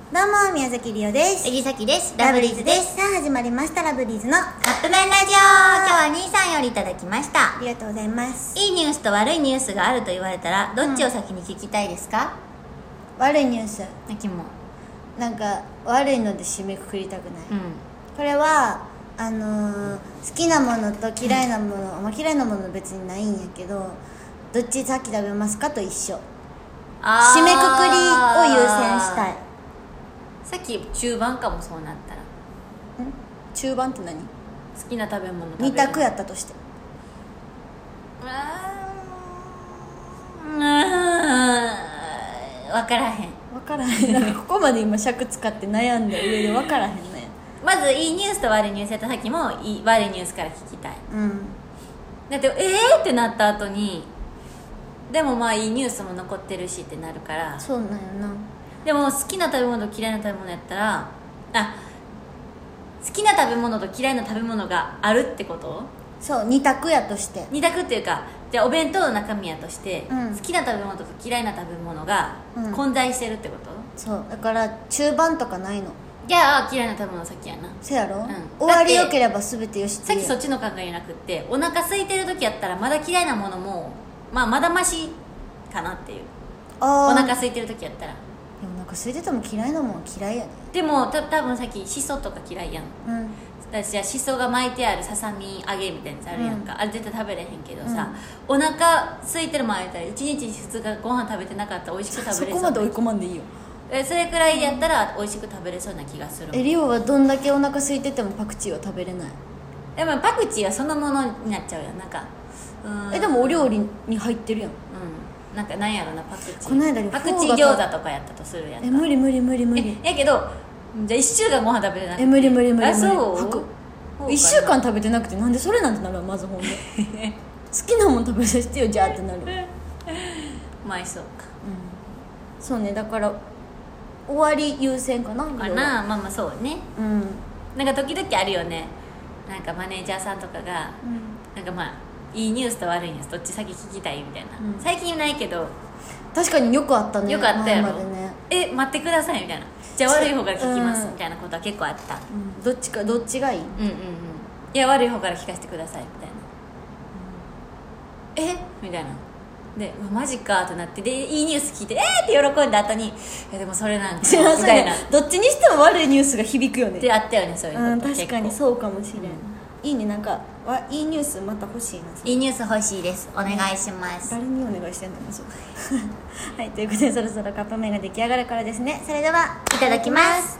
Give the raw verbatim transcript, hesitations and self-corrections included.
どうも宮崎りおです。 えぎさきです。 ラブリーズです。さあ始まりましたラブリーズのカップ麺ラジオ。今日は兄さんよりいただきました。 ありがとうございます。 いいニュースと悪いニュースがあると言われたらどっちを先に聞きたいですか？ 悪いニュース。 なきもなんか悪いので締めくくりたくない、 うん、 これはあのー、好きなものと嫌いなもの、うんまあ、嫌いなものは別にないんやけど、どっち先食べますかと一緒。 あ締めくくりを優先したい。 さっき中盤かも。そうなったらん中盤って何？ 好きな食べ物食べる二択やったとして。 うーん分からへん分からへん。なんかここまで今尺使って悩んだ上で分からへんね。 まずいいニュースと悪いニュースやったらさっきもいい悪いニュースから聞きたい。 うんだってえーってなった後にでもまあいいニュースも残ってるしってなるから。 そうなんやな。 でも好きな食べ物と嫌いな食べ物やったらあ好きな食べ物と嫌いな食べ物があるってこと？ そう二択やとして。 二択っていうかじゃあお弁当の中身やとして、 うん、 好きな食べ物と嫌いな食べ物が混在してるってこと、 うん、そうだから中盤とかないの。 じゃあ嫌いな食べ物先やな。 せやろ、 うん、 終わりよければ全てよしってさっきそっちの考えじゃなくってお腹空いてる時やったらまだ嫌いなものもまあまだマシかなっていう。 あお腹空いてる時やったらでもなんか空いてても嫌いなもんは嫌いやね。 でもた多分さっきしそとか嫌いやん。 うん私はしそが巻いてあるささみ揚げみたいなやつあるやんか、うん、あれ絶対食べれへんけどさ、うん、お腹空いてる前やったらいちにちふつかご飯食べてなかったら美味しく食べれそう。 そこまで追い込まんでいいよ。 それくらいやったら美味しく食べれそうな気がする。 えリオはどんだけお腹空いててもパクチーは食べれない。 でもパクチーはそのものになっちゃうやん。なんかうんえでもお料理に入ってるやん。 うんなんかなんやろなパクチー。 この間パクチー餃子とかやったとするやんか。 え無理無理無理無理。 やけどじゃあいっしゅうかんご飯食べてなくてえ無理無理無理無理。 あそういっしゅうかん食べてなくてなんでそれなんてなる。まずほんで好きなもん食べさせてよじゃあってなる。 まあそうか、 うん、そうね。だから終わり優先かなかな。まあまあそうね。 うんなんか時々あるよね。なんかマネージャーさんとかが、うん、なんかまあいいニュースと悪いニュースどっち先聞きたいみたいな、うん、最近ないけど確かによくあったね。 よくあったやろ、 ね、 え待ってくださいみたいな。じゃあ悪い方から聞きます、うん、みたいなことは結構あった、 うん、どっちかどっちがいい。うんうんうんいや悪い方から聞かせてくださいみたいな、うん、えみたいなでマジかってなってでいいニュース聞いてえーって喜んだ後にいやでもそれなんかみたいなどっちにしても悪いニュースが響くよね。 であったよねそういうこと、 うん、確かにそうかもしれん、うん、いいね。なんかわいいニュースまた欲しいな。 いいニュース欲しいです。お願いします。 誰にお願いしてんのそうはいということでそろそろカップ麺が出来上がるからですね。それではいただきます。